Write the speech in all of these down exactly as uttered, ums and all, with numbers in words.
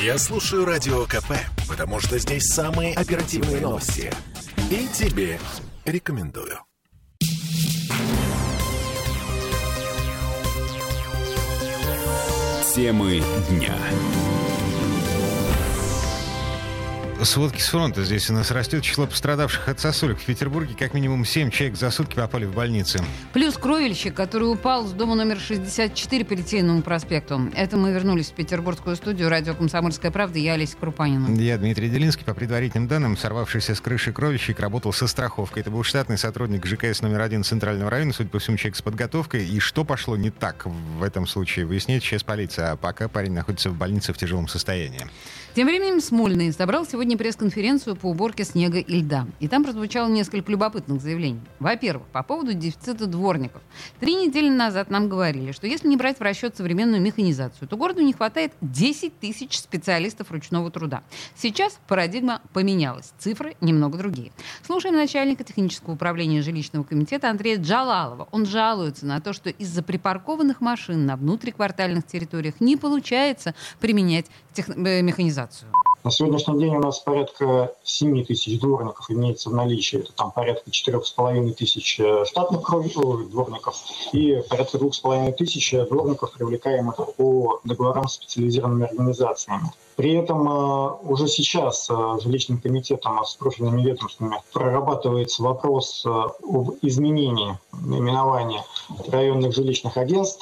Я слушаю Радио КП, потому что здесь самые оперативные новости. И тебе рекомендую. Темы дня. Сводки с фронта. Здесь у нас растет число пострадавших от сосулек. В Петербурге как минимум семь человек за сутки попали в больницы. Плюс кровельщик, который упал с дома номер шестьдесят четыре по Литейному проспекту. Это мы вернулись в петербургскую студию. Радио «Комсомольская правда». Я Олеся Крупанина. Я Дмитрий Делинский. По предварительным данным, сорвавшийся с крыши кровельщик работал со страховкой. Это был штатный сотрудник ЖКС номер один Центрального района. Судя по всему, человек с подготовкой. И что пошло не так в этом случае, выясняет сейчас полиция. А пока парень находится в больнице в тяжелом состоянии. Тем временем Смольный собрал сегодня пресс-конференцию по уборке снега и льда. И там прозвучало несколько любопытных заявлений. Во-первых, по поводу дефицита дворников. Три недели назад нам говорили, что если не брать в расчет современную механизацию, то городу не хватает десять тысяч специалистов ручного труда. Сейчас парадигма поменялась. Цифры немного другие. Слушаем начальника технического управления жилищного комитета Андрея Джалалова. Он жалуется на то, что из-за припаркованных машин на внутриквартальных территориях не получается применять тех... механизацию. На сегодняшний день у нас порядка семь тысяч дворников имеется в наличии. Это там порядка четыре с половиной тысяч штатных дворников и порядка две с половиной тысячи дворников, привлекаемых по договорам с специализированными организациями. При этом уже сейчас жилищным комитетом с профильными ведомствами прорабатывается вопрос об изменении наименования районных жилищных агентств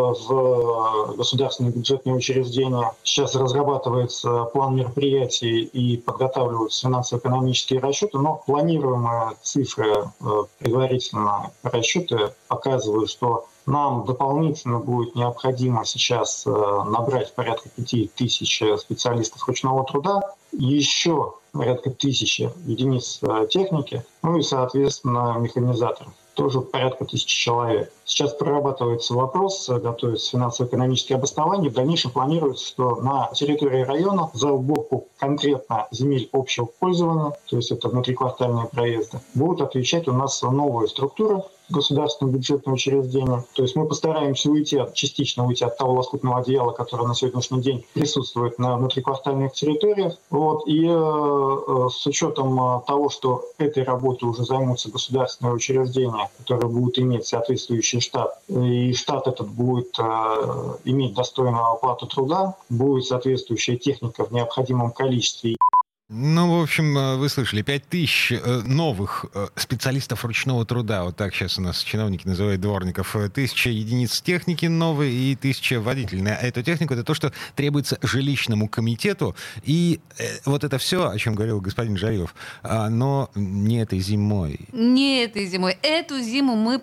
в государственные бюджетные учреждения. Сейчас разрабатывается план мероприятий и подготавливаются финансово-экономические расчеты, но планируемые цифры, предварительно расчеты показывают, что нам дополнительно будет необходимо сейчас набрать порядка пяти тысяч специалистов ручного труда, еще порядка тысячи единиц техники, ну и, соответственно, механизаторов. Тоже порядка тысячи человек. Сейчас прорабатывается вопрос, готовится финансово-экономическое обоснование. В дальнейшем планируется, что на территории района за уборку конкретно земель общего пользования, то есть это внутриквартальные проезды, будут отвечать у нас новые структуры государственного бюджетного учреждения. То есть мы постараемся уйти от, частично уйти от того лоскутного одеяла, которое на сегодняшний день присутствует на внутриквартальных территориях. Вот. И э, с учетом того, что этой работой уже займутся государственные учреждения, которые будут иметь соответствующий штат, и штат этот будет э, иметь достойную оплату труда, будет соответствующая техника в необходимом количестве. Ну, в общем, вы слышали, пять тысяч новых специалистов ручного труда, вот так сейчас у нас чиновники называют дворников, тысяча единиц техники новой и тысяча водителей. На эту технику это то, что требуется жилищному комитету, и вот это все, о чем говорил господин Жарилов, но не этой зимой. Не этой зимой. Эту зиму мы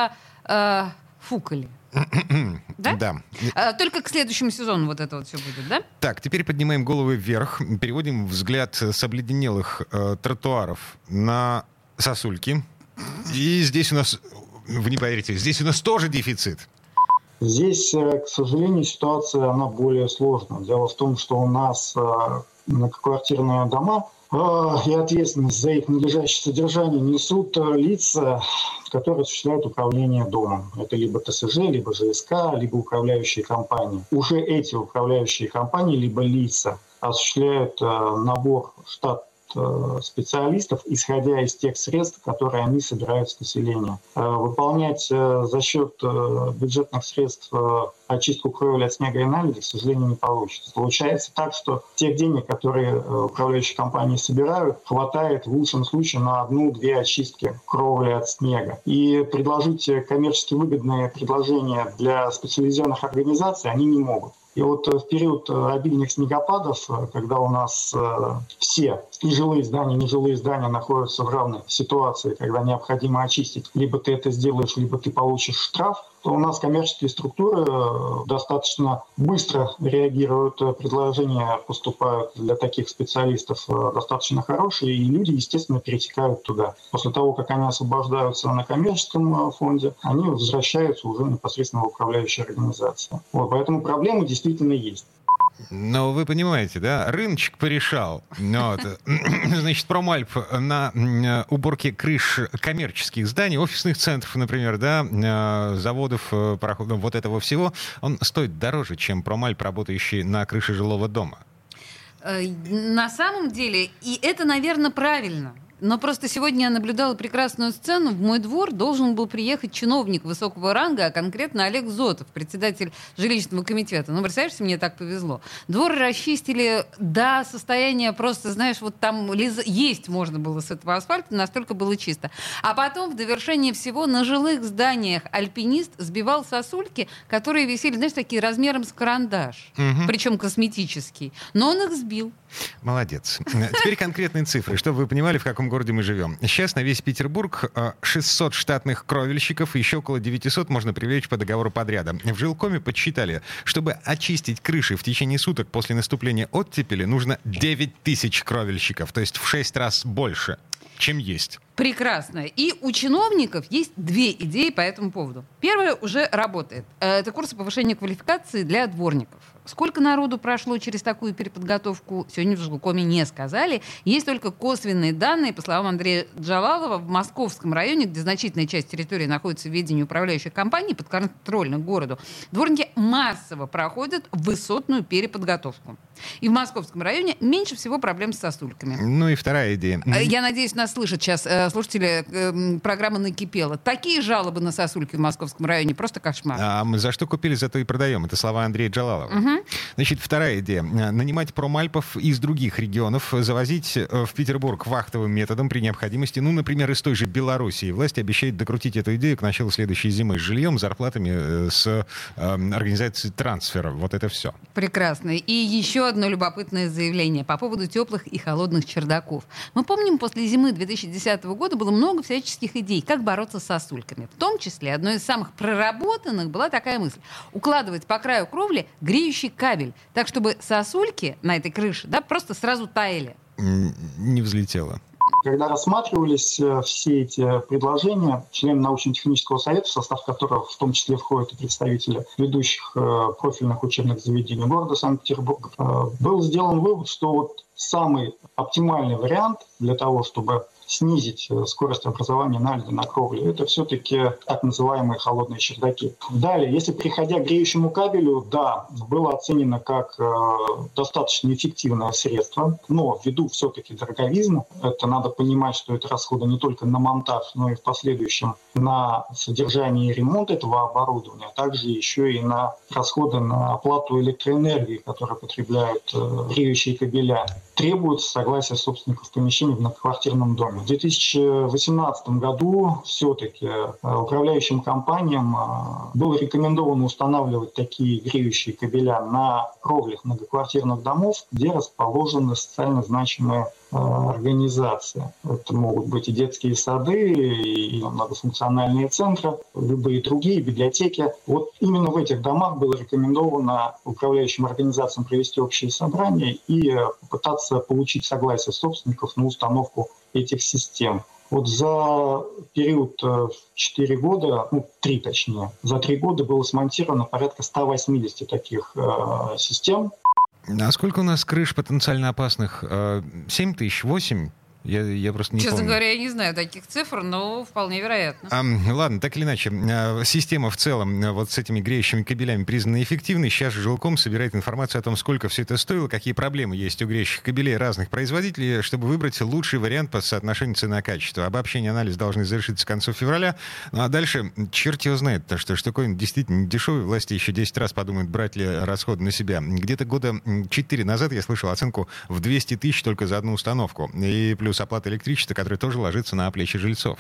профукали. Да? Да. А, только к следующему сезону вот это вот все будет, да? Так, теперь поднимаем головы вверх, переводим взгляд с обледенелых э, тротуаров на сосульки. И здесь у нас, вы не поверите, здесь у нас тоже дефицит. Здесь, к сожалению, ситуация она более сложная. Дело в том, что у нас многоквартирные дома и ответственность за их надлежащее содержание несут лица, которые осуществляют управление домом. Это либо ТСЖ, либо ЖСК, либо управляющие компании. Уже эти управляющие компании, либо лица осуществляют набор штат специалистов, исходя из тех средств, которые они собирают с населения. Выполнять за счет бюджетных средств очистку кровли от снега и наледи, к сожалению, не получится. Получается так, что тех денег, которые управляющие компании собирают, хватает в лучшем случае на одну-две очистки кровли от снега. И предложить коммерчески выгодные предложения для специализированных организаций они не могут. И вот в период обильных снегопадов, когда у нас все, и жилые здания, и нежилые здания находятся в равной ситуации, когда необходимо очистить, либо ты это сделаешь, либо ты получишь штраф, то у нас коммерческие структуры достаточно быстро реагируют, предложения поступают для таких специалистов достаточно хорошие, и люди, естественно, перетекают туда. После того, как они освобождаются на коммерческом фонде, они возвращаются уже непосредственно в управляющие организации. Вот, поэтому проблемы действительно есть. Но вы понимаете, да, рыночек порешал. Вот. Значит, Промальп на уборке крыш коммерческих зданий, офисных центров, например, да, заводов, пароходов, вот этого всего, он стоит дороже, чем Промальп, работающий на крыше жилого дома. На самом деле, и это, наверное, правильно. Но просто сегодня я наблюдала прекрасную сцену. В мой двор должен был приехать чиновник высокого ранга, а конкретно Олег Зотов, председатель жилищного комитета. Ну, представляешь, мне так повезло. Двор расчистили до состояния просто, знаешь, вот там лиз... есть можно было с этого асфальта, настолько было чисто. А потом, в довершение всего, на жилых зданиях альпинист сбивал сосульки, которые висели, знаешь, такие размером с карандаш. Угу. Причем косметический. Но он их сбил. Молодец. Теперь конкретные цифры, чтобы вы понимали, в каком городе мы живем. Сейчас на весь Петербург шестьсот штатных кровельщиков, еще около девятьсот можно привлечь по договору подряда. В жилкоме подсчитали, чтобы очистить крыши в течение суток после наступления оттепели, нужно девять тысяч кровельщиков, то есть в шесть раз больше, чем есть. Прекрасно. И у чиновников есть две идеи по этому поводу. Первая уже работает. Это курсы повышения квалификации для дворников. Сколько народу прошло через такую переподготовку, сегодня в жилкоме не сказали. Есть только косвенные данные, по словам Андрея Джалалова, в Московском районе, где значительная часть территории находится в ведении управляющих компаний, подконтрольных городу, дворники массово проходят высотную переподготовку. И в Московском районе меньше всего проблем с сосульками. Ну и вторая идея. Я надеюсь, нас слышат сейчас слушатели, программа накипела. Такие жалобы на сосульки в Московском районе просто кошмар. А мы за что купили, зато и продаем. Это слова Андрея Джалалова. Угу. Значит, вторая идея. Нанимать промальпов из других регионов, завозить в Петербург вахтовым методом при необходимости, ну, например, из той же Белоруссии. Власти обещают докрутить эту идею к началу следующей зимы с жильем, зарплатами, с э, организацией трансфера. Вот это все. Прекрасно. И еще одно любопытное заявление по поводу теплых и холодных чердаков. Мы помним, после зимы две тысячи десятого года было много всяческих идей, как бороться с сосульками. В том числе одной из самых проработанных была такая мысль: укладывать по краю кровли греющий кабель, так чтобы сосульки на этой крыше, да, просто сразу таяли. Не взлетело. Когда рассматривались все эти предложения, члены научно-технического совета, в состав которого в том числе входят и представители ведущих профильных учебных заведений города Санкт-Петербурга, был сделан вывод, что вот самый оптимальный вариант для того, чтобы снизить скорость образования наледи на кровле, это все-таки так называемые холодные чердаки. Далее, если приходя к греющему кабелю, да, было оценено как э, достаточно эффективное средство, но ввиду все-таки дороговизны, это надо понимать, что это расходы не только на монтаж, но и в последующем на содержание и ремонт этого оборудования, а также еще и на расходы на оплату электроэнергии, которые потребляют э, греющие кабеля, требуется согласие собственников помещений в многоквартирном доме. В две тысячи восемнадцатом году все-таки управляющим компаниям было рекомендовано устанавливать такие греющие кабеля на кровлях многоквартирных домов, где расположены социально значимые организации. Это могут быть и детские сады, и многофункциональные центры, любые другие, библиотеки. Вот именно в этих домах было рекомендовано управляющим организациям провести общие собрания и попытаться получить согласие собственников на установку этих систем. Вот за период четыре года, ну три точнее, за три года было смонтировано порядка ста восьмидесяти таких э, систем. А сколько у нас крыш потенциально опасных? семь тысяч, восемь? Я, я просто не Честно помню. говоря, я не знаю таких цифр, но вполне вероятно. А, ладно, так или иначе, система в целом вот с этими греющими кабелями признана эффективной. Сейчас жилком собирает информацию о том, сколько все это стоило, какие проблемы есть у греющих кабелей разных производителей, чтобы выбрать лучший вариант по соотношению цена-качество. Обобщение, анализ должны завершиться к концу февраля. Ну а дальше черт его знает, потому что штуковина действительно не дешевая. Власти еще десять раз подумают, брать ли расходы на себя. Где-то года четыре назад я слышал оценку в двести тысяч только за одну установку. И плюс оплата электричества, которая тоже ложится на плечи жильцов.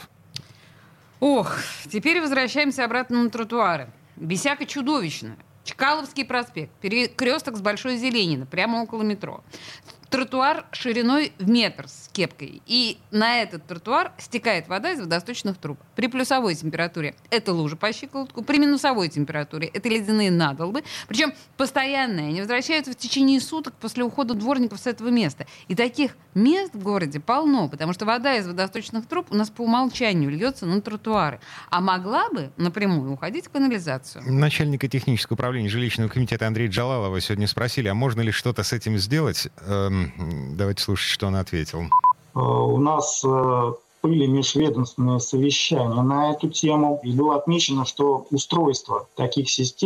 Ох, теперь возвращаемся обратно на тротуары. Бесяка чудовищная. Чкаловский проспект, перекресток с Большой Зеленина, прямо около метро. Тротуар шириной в метр с кепкой. И на этот тротуар стекает вода из водосточных труб. При плюсовой температуре это лужа по щиколотку, при минусовой температуре это ледяные надолбы. Причем постоянные, они возвращаются в течение суток после ухода дворников с этого места. И таких мест в городе полно, потому что вода из водосточных труб у нас по умолчанию льется на тротуары. А могла бы напрямую уходить в канализацию. Начальника технического управления жилищного комитета Андрея Джалалова сегодня спросили, а можно ли что-то с этим сделать? Давайте слушать, что он ответил. У нас были межведомственные совещания на эту тему, и было отмечено, что устройство таких систем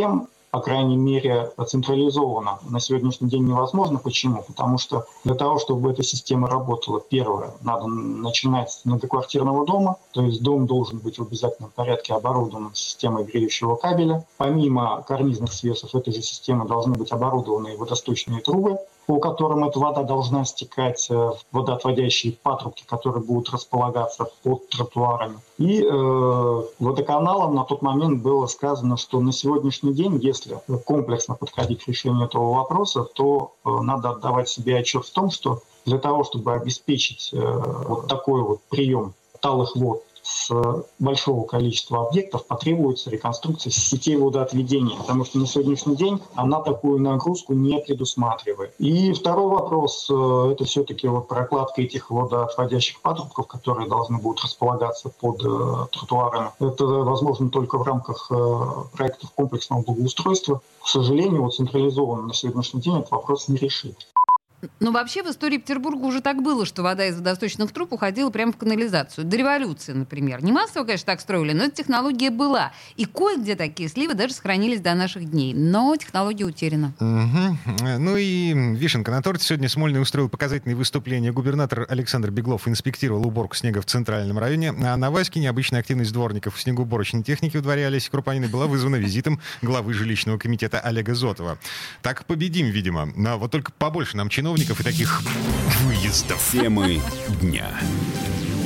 по крайней мере, централизованно на сегодняшний день невозможно. Почему? Потому что для того, чтобы эта система работала, первое, надо начинать с многоквартирного дома, то есть дом должен быть в обязательном порядке оборудован системой греющего кабеля. Помимо карнизных свесов этой же системы должны быть оборудованы водосточные трубы, по которым эта вода должна стекать в водоотводящие патрубки, которые будут располагаться под тротуарами. И э, водоканалам на тот момент было сказано, что на сегодняшний день, если комплексно подходить к решению этого вопроса, то э, надо отдавать себе отчет в том, что для того, чтобы обеспечить э, вот такой вот прием талых вод с большого количества объектов, потребуется реконструкция сетей водоотведения, потому что на сегодняшний день она такую нагрузку не предусматривает. И второй вопрос – это все-таки вот прокладка этих водоотводящих патрубков, которые должны будут располагаться под э, тротуарами. Это возможно только в рамках э, проектов комплексного благоустройства. К сожалению, вот централизованно на сегодняшний день этот вопрос не решит. Но вообще в истории Петербурга уже так было, что вода из водосточных труб уходила прямо в канализацию. До революции, например. Не массово, конечно, так строили, но эта технология была. И кое-где такие сливы даже сохранились до наших дней. Но технология утеряна. Угу. Ну и вишенка на торте. Сегодня Смольный устроил показательные выступления. Губернатор Александр Беглов инспектировал уборку снега в центральном районе. А на Ваське необычная активность дворников в снегоуборочной технике в дворе Олеси Крупаниной была вызвана визитом главы жилищного комитета Олега Зотова. Так победим, видимо. Но вот только побольше нам чиновников и таких выездов. Темы дня.